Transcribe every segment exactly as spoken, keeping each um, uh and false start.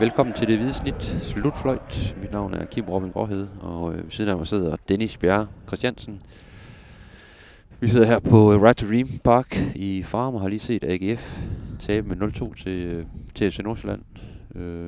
velkommen til Det Hvide Snit Slutfløjt. Mit navn er Kim Robin Gråhed, og øh, ved siden af mig sidder Dennis Bjerre Christiansen. Vi sidder her på Right to Dream Park i Farum og har lige set A G F tabe med nul to til, øh, til F C Nordsjælland. Øh,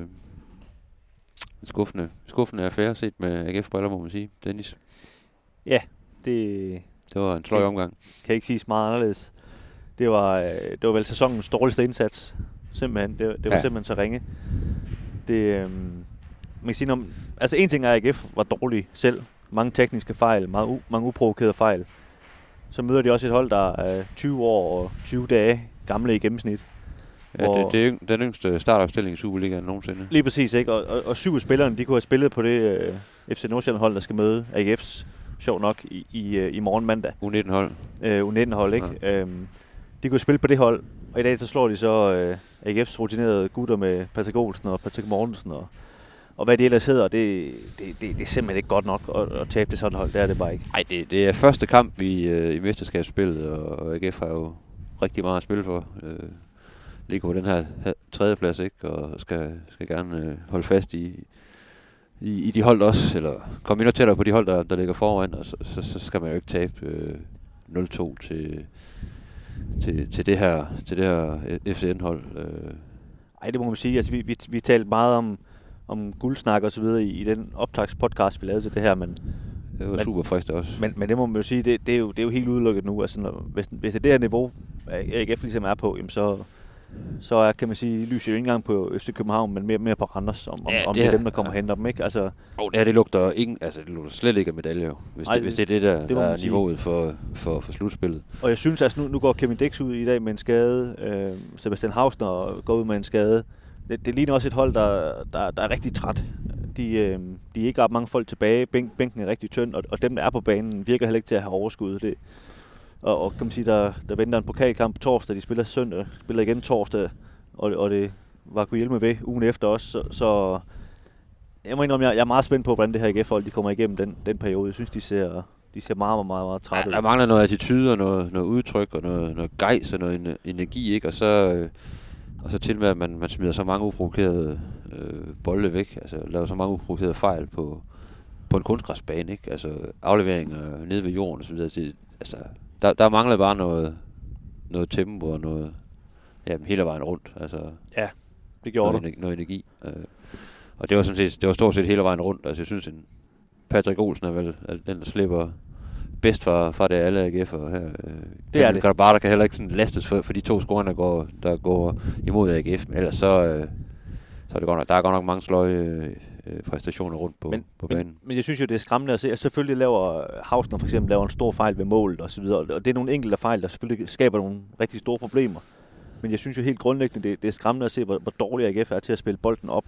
skuffende, skuffende affære set med A G F-briller, må man sige. Dennis? Ja, det... Det var en sløj omgang. Kan ikke siges meget anderledes. Det var, det var vel sæsonens dårligste indsats. Simpelthen. Det, det var ja. simpelthen så ringe. Det, øhm, man kan sige, når, altså en ting er, at A G F var dårlig selv. Mange tekniske fejl, meget u, mange uprovokerede fejl. Så møder de også et hold, der er tyve år og tyve dage gamle i gennemsnit. Ja, det, det er den yngste startopstilling i Superligaen nogensinde. Lige præcis, ikke? Og, og, og syv af spillerne, de kunne have spillet på det øh, F C Nordsjælland-hold, der skal møde A G F's, sjov nok, i, i, i morgen mandag. U nitten-hold. Øh, U nitten-hold, ikke? Ja. Øhm, de kunne spille på det hold, og i dag så slår de så øh, A G F's rutinerede gutter med Patrick Olsen og Patrick Mortensen og, og hvad de ellers hedder. Det, det, det, det er simpelthen ikke godt nok at, at tabe det sådan hold. Det er det bare ikke. Nej, det, det er første kamp i, øh, i mesterskabsspillet, og, og A G F har jo rigtig meget at spille for. Øh, ligger på den her tredje plads, ikke? Og skal, skal gerne øh, holde fast i, i, i de hold også, eller komme endnu tættere på de hold, der, der ligger foran, og så, så, så skal man jo ikke tabe øh, nul to til... Til, til det her til det her F C N-hold. Øh. Ej, det må man sige. Altså, vi, vi, vi talte meget om, om guldsnak og så videre i, i den optagspodcast, vi lavede til det her, men... Det var men, super frisk også. Men, men det må man jo sige, det, det, er, jo, det er jo helt udelukket nu. Altså, når, hvis, hvis det er det her niveau, A G F ligesom er på, jamen så, så er, kan man sige, lyser jo ikke engang på F C København, men mere, mere på Randers, om, ja, om det, det er dem, der kommer ja. og henter dem, ikke? Altså, oh, det her, det lugter, ingen, altså, det lugter slet ikke af medalje, hvis, ej, det, hvis det er det, der, det der er niveauet for, for, for slutspillet. Og jeg synes, altså nu, nu går Kevin Dix ud i dag med en skade, øh, Sebastian Hausner går ud med en skade. Det, det ligner også et hold, der, der, der er rigtig træt. De, øh, de er ikke ret mange folk tilbage, Bænk, bænken er rigtig tynd, og, og dem, der er på banen, virker heller ikke til at have overskud. Det, og, og kan man sige, der, der venter en pokalkamp på torsdag, de spiller søndag, spiller igen torsdag, og, og det var kunne hjælpe ved ugen efter også, så, så jeg må indrømme, jeg, jeg er meget spændt på, hvordan det her A G F-hold de kommer igennem den, den periode. Jeg synes, de ser, de ser meget, meget, meget, meget trætte ud. Ja, der mangler noget attitude og noget, noget udtryk og noget, noget gejs og noget energi, ikke? Og så, øh, og så til med, at man, man smider så mange uprovokerede øh, bolde væk, altså laver så mange uprovokerede fejl på, på en kunstgræsbane, ikke? Altså afleveringer nede ved jorden og så videre. Det, altså, der, der mangler bare noget, noget tempo og noget, jamen, hele vejen rundt. Altså, ja, det gjorde noget, energi, noget energi. Øh, og det var sådan set, det var stort set hele vejen rundt. Altså, jeg synes, en Patrick Olsen er vel den, der slipper bedst fra, fra det alle A G F'er her. Det er det. Bare der kan heller ikke sådan lastes for, for de to scorer, der går, der går imod A G F. Men ellers så, øh, så er det godt nok, der er godt nok mange sløje øh, præstationer rundt på, men, på banen. Men, men jeg synes jo, det er skræmmende at se. Altså, selvfølgelig laver Hausner for eksempel laver en stor fejl ved målet og så videre. Og det er nogle enkelte fejl, der selvfølgelig skaber nogle rigtig store problemer. Men jeg synes jo helt grundlæggende, det, det er skræmmende at se, hvor, hvor dårlig A G F er til at spille bolden op.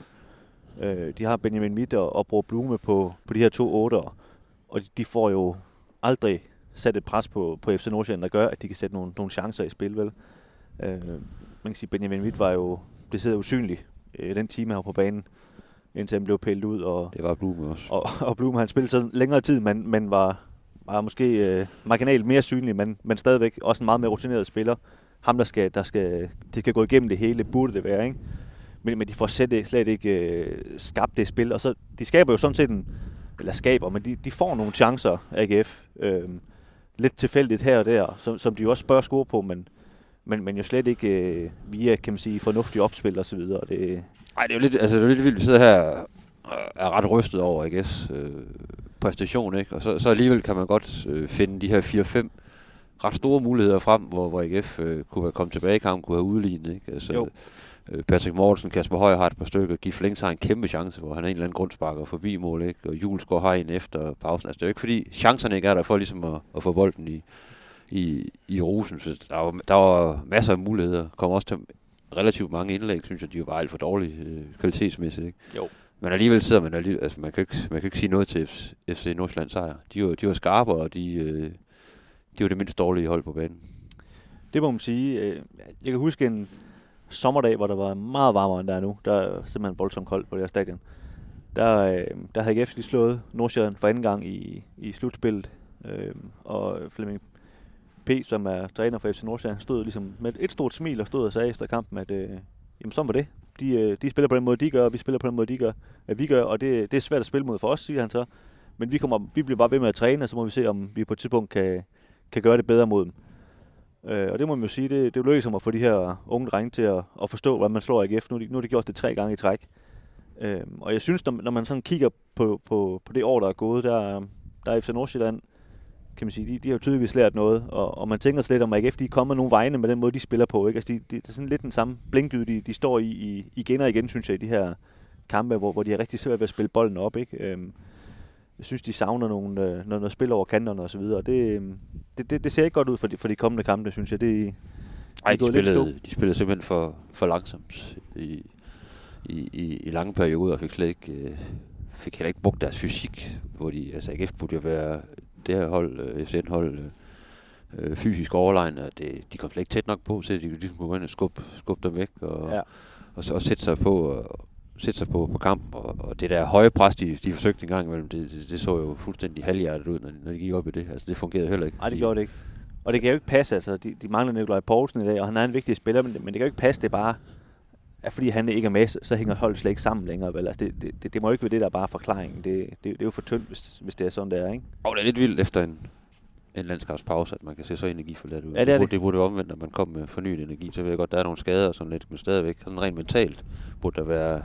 Øh, de har Benjamin Midt og, og Bror Blume på, på de her to otter, og de, de får jo aldrig sat et pres på, på F C Nordsjælland, der gør, at de kan sætte nogle, nogle chancer i spil, vel? Øh, man kan sige, Benjamin Midt var jo placeret usynlig øh, den time her på banen, indtil han blev pillet ud. Og, det var Blume også. Og, og Blume, han spillede så længere tid, men, men var, var måske øh, marginalt mere synlig, men, men stadigvæk også en meget mere rutineret spiller. Ham, der skal, der skal, de skal gå igennem det hele, burde det være, ikke? Men, men de får slet, slet ikke øh, skabt det spil, og så de skaber jo sådan set en, eller skaber, men de, de får nogle chancer, A G F, øh, lidt tilfældigt her og der, som, som de jo også bør score på, men, men, men jo slet ikke øh, via, kan man sige, fornuftige opspil og så videre. Det... Ej, det er jo lidt, altså det er lidt vildt, vi sidder her og er ret rystet over A G F's øh, præstation, ikke? Og så, så alligevel kan man godt øh, finde de her fire fem ret store muligheder frem, hvor, hvor A G F øh, kunne have kommet tilbage i kampen, kunne have udlignet, ikke? Altså, jo. Patrick Mortensen, Kasper Højer har et par stykker, Gif Links har en kæmpe chance, hvor han er en eller anden grundsparker forbi mål, ikke? Og Julesgaard har en efter pausen. Altså det er jo ikke fordi chancerne ikke er der for ligesom at, at få bolden i, i, i rusen. Så der var, der var masser af muligheder. Kom også til relativt mange indlæg, synes jeg, de var alt for dårlige øh, kvalitetsmæssigt, ikke? Jo. Men alligevel sidder man alligevel, altså man kan ikke, man kan ikke sige noget til F C Nordsjælland sejr. De var, de var skarpe, og de, øh, de var det mindst dårlige hold på banen. Det må man sige. Jeg kan huske en sommerdag, hvor der var meget varmere end der er nu. Der er simpelthen voldsomt koldt på det her stadion. Der, øh, der havde A G F lige slået Nordsjælland for anden gang i, i slutspillet. Øh, og Flemming P., som er træner for F C Nordsjælland, stod ligesom med et stort smil og stod og sagde efter kampen, at øh, jamen sådan var det. de, de spiller på den måde, de gør, og vi spiller på den måde, de gør, at vi gør, og det, det er svært at spille mod for os, siger han så. Men vi, kommer, vi bliver bare ved med at træne, og så må vi se, om vi på et tidspunkt kan, kan gøre det bedre mod dem. Øh, og det må man jo sige, det, det lykkes om at få de her unge drenge til at, at forstå, hvordan man slår A G F. Nu, nu har de gjort det tre gange i træk. Øh, og jeg synes, når, når man sådan kigger på, på, på det år, der er gået, der, der er F C Nordsjælland, kan man sige, de, de har jo tydeligvis lært noget, og, og man tænker sig lidt om, at A G F de er kommet nogle vegne med den måde, de spiller på. Ikke? Altså, de, de, det er sådan lidt den samme blinkyd, de, de står i, i igen og igen, synes jeg, i de her kampe, hvor, hvor de er rigtig svært ved at spille bolden op. Ikke? Øhm, jeg synes, de savner nogle, noget, noget spil over kanterne og så videre. Det, det, det, det ser ikke godt ud for de, for de kommende kampe, synes jeg. Det, Ej, de, de, spillede, de spillede simpelthen for, for langsomt i, i, i, i lange perioder, og fik slet ikke, øh, fik heller ikke brugt deres fysik, hvor de, altså A G F burde jo være det her hold, F C N-hold, øh, fysisk overlegen, og det, de kom slet ikke tæt nok på, så de kunne gå ind og skubbe, skubbe dem væk, og, ja. og, så, og sætte sig på, og, sætte sig på, på kamp, og, og det der høje pres, de, de forsøgte en gang imellem, det, det, det så jo fuldstændig halvhjertet ud, når de, når de gik op i det. Altså, det fungerede heller ikke. Nej, det gjorde det ikke. Og det kan jo ikke passe, altså, de, de mangler Nikolaj Poulsen i dag, og han er en vigtig spiller, men det, men det kan jo ikke passe, det bare, at fordi han ikke er med, så, så hænger holdet slet ikke sammen længere, vel? Altså, det, det, det, det må jo ikke være det, der er bare forklaringen. Det, det, det er jo for tyndt, hvis, hvis det er sådan, det er, ikke? Og det er lidt vildt efter en, en landskabspause, at man kan se så energiforladt ud. Ja, det, er det. det burde jo omvendt, når man kom med fornyet energi, så ved jeg godt, der er nogle skader og sådan lidt, men stadigvæk, sådan rent mentalt, burde der være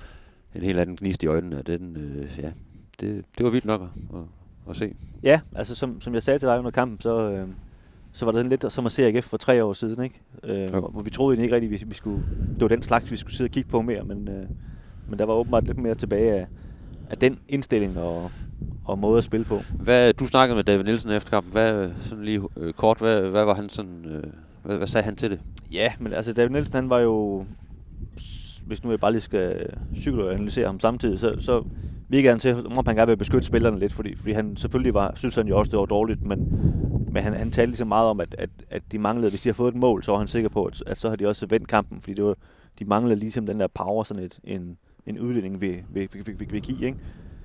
en helt anden gnist i øjnene af den, øh, ja, det, det var vildt nok at, at, at se. Ja, altså som, som jeg sagde til dig under kampen, så, øh, så var det lidt som at se A G F for tre år siden, ikke? Øh, hvor, hvor vi troede egentlig ikke rigtigt, at vi skulle, det var den slags, vi skulle sidde og kigge på mere, men, øh, men der var åbenbart lidt mere tilbage af, af den indstilling og, og måde at spille på. Hvad, du snakkede med David Nielsen efter kampen, hvad, sådan lige øh, kort, hvad, hvad var han sådan, øh, hvad, hvad sagde han til det? Ja, men altså David Nielsen, han var jo, hvis nu jeg bare lige skal psykoanalysere ham samtidig, så, så virkede han til, at han gerne vil beskytte spillerne lidt, fordi, fordi han selvfølgelig var, synes han jo også, det var dårligt, men, men han, han talte ligesom meget om, at, at, at de manglede, hvis de har fået et mål, så var han sikker på, at, at så har de også vendt kampen, fordi det var, de manglede ligesom den der power, sådan et, en, en udlænding vil, vil, vil, vil, vil give, ikke?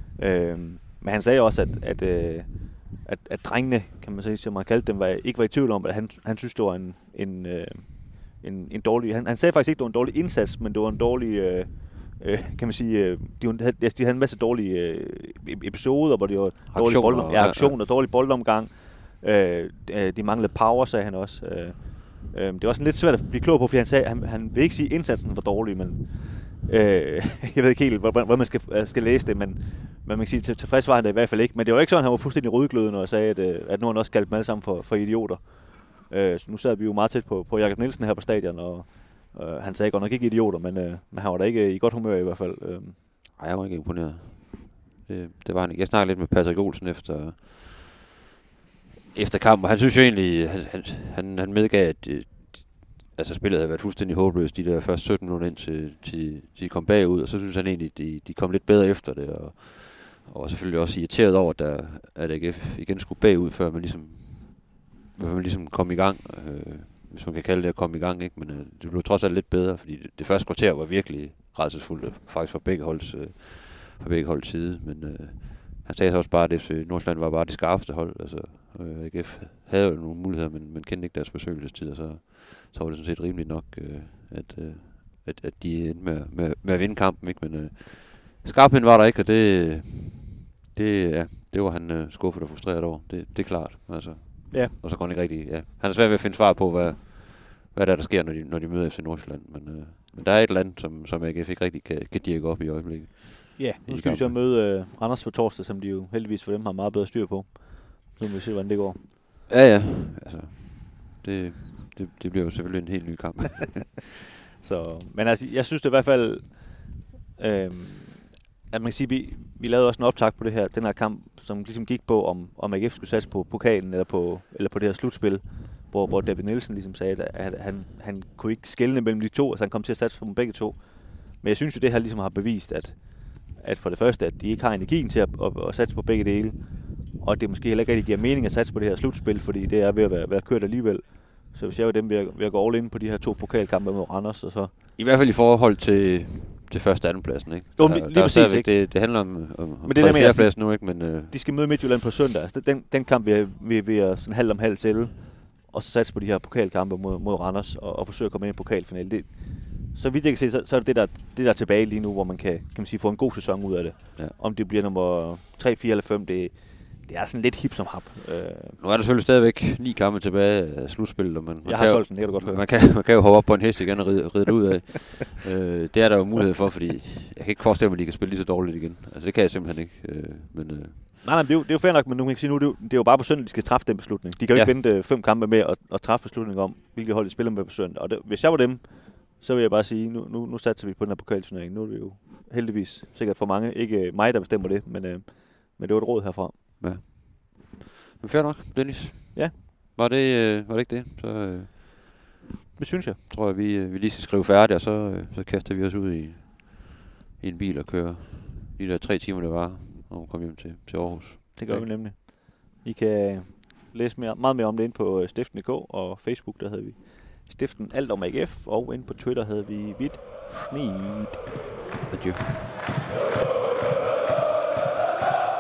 Øhm, men han sagde også, at, at, at, at, at drengene, kan man sige, som man kaldte dem, var, ikke var i tvivl om, at han, han synes, det var en, en, en, en dårlig, han, han sagde faktisk ikke, det var en dårlig indsats, men det var en dårlig, øh, øh, kan man sige, øh, de, havde, de havde en masse dårlige øh, episoder, hvor det var dårlige boldom, ja, aktioner, ja. dårlig boldomgang. Øh, de manglede power, sagde han også. Øh, øh, det var sådan lidt svært at blive klog på, fordi han sagde, han, han vil ikke sige, at indsatsen var dårlig, men øh, jeg ved ikke helt, hvordan man skal, skal læse det, men, men man kan sige, til, tilfreds var han det i hvert fald ikke. Men det var ikke sådan, han var fuldstændig rødglødende og sagde, at, at nu han også kaldte dem alle sammen for, for idioter. Øh, så nu sad vi jo meget tæt på, på Jakob Nielsen her på stadion, og øh, han sagde godt nok ikke idioter, men, øh, men han var da ikke i godt humør i hvert fald. Øh. Ej, jeg var ikke imponeret. Det, det var han ikke. Jeg snakkede lidt med Patrick Olsen efter, efter kampen, og han synes jo egentlig, han, han, han, han medgav, at det, altså spillet havde været fuldstændig håbløst de der første sytten minutter ind til, til, til de kom bagud, og så synes han egentlig, de, de kom lidt bedre efter det, og, og selvfølgelig også irriteret over, at, der, at A G F igen skulle bagud, før man ligesom, før man ligesom kom i gang, øh, hvis man kan kalde det at komme i gang, ikke? Men øh, det blev trods alt lidt bedre, fordi det, det første kvarter var virkelig rædselsfuldt, faktisk fra begge holds, øh, fra begge holds side, men øh, han sagde så også bare, at F C Nordsjælland var bare det skarpeste hold, altså øh, A G F havde jo nogle muligheder, men man kendte ikke deres besøgelsestid, og så så var det sådan set rimeligt nok, øh, at, øh, at, at de endte med, med, med at vinde kampen, ikke? Men øh, skarpheden var der ikke, og det, det, ja, det var han øh, skuffet og frustreret over. Det, det er klart, altså. Ja. Og så går han ikke rigtig, ja. Han er svært ved at finde svar på, hvad, hvad der, der sker, når de, når de møder F C Nordsjælland. Men, øh, men der er et land, som, som A G F ikke rigtig kan, kan dirke op i øjeblikket. Ja, nu skal vi så møde øh, Randers på torsdag, som de jo heldigvis for dem har meget bedre styr på. Så må vi se, hvordan det går. Ja, ja. Altså, det... Det, det bliver jo selvfølgelig en helt ny kamp. Så, men altså, jeg synes det i hvert fald, øh, at man kan sige, vi, vi lavede også en optag på det her, den her kamp, som ligesom gik på, om, om A G F skulle satse på pokalen, eller på, eller på det her slutspil, hvor, hvor David Nielsen ligesom sagde, at han, han kunne ikke skelne mellem de to, altså han kom til at satse på dem begge to. Men jeg synes jo, det her ligesom har bevist, at, at for det første, at de ikke har energien til at, at, at satse på begge dele, og at det måske heller ikke rigtig giver mening at satse på det her slutspil, fordi det er ved at være, være kørt alligevel. Så hvis jeg var dem, vil jeg gå all in på de her to pokalkampe mod Randers, og så... I hvert fald i forhold til, til første og andenpladsen, ikke? Jo, lige, lige præcis, ikke? Det, det handler om, om, om tredje og fjerdepladsen nu, ikke? Men, øh... de skal møde Midtjylland på søndag. Altså, den, den kamp vil vi vi sådan halv om halv til, og så satse på de her pokalkampe mod, mod Randers, og, og forsøge at komme ind i pokalfinalen. Det, så vidt jeg kan se, så, så er det det der, det der er tilbage lige nu, hvor man kan, kan man sige, få en god sæson ud af det. Ja. Om det bliver nummer tre, fire eller fem, det, det er sådan lidt hip som hap. Øh, Nu er der selvfølgelig stadigvæk ni kampe tilbage af slutspillet, og man, man, jeg kan har jo, solgt den, det kan du godt høre. man, kan, man kan jo hoppe op på en hest igen og ride, ride det ud af. øh, det er der jo mulighed for, fordi jeg kan ikke forestille mig, at de kan spille lige så dårligt igen. Altså det kan jeg simpelthen ikke. Øh, men, øh, Nej, nej, det er, jo, det er jo fair nok, men nu kan ikke sige, nu det er, jo, det er jo bare på søndag, de skal træffe den beslutning. De kan jo ja. ikke vente fem kampe med at, at træffe beslutning om, hvilke hold de spiller med på søndag. Og det, hvis jeg var dem, så vil jeg bare sige, nu, nu, nu satser vi på den her pokalturnering. Nu er det jo heldigvis sikkert for mange. Ikke mig, der bestemmer det, men, øh, men det var et råd herfra. Ja. Men fair nok, Dennis. Ja. Var det, øh, var det ikke det? Så øh, det synes jeg. Tror jeg, vi, øh, vi lige skal skrive færdigt, og så, øh, så kaster vi os ud i, i en bil og kører de der tre timer, det var, når vi kom hjem til, til Aarhus. Det gør ja. vi nemlig. I kan læse mere, meget mere om det inde på Stiften punktum d k og Facebook, der havde vi Stiften Alt om A G F, og inde på Twitter havde vi Vidt Snit. Adieu.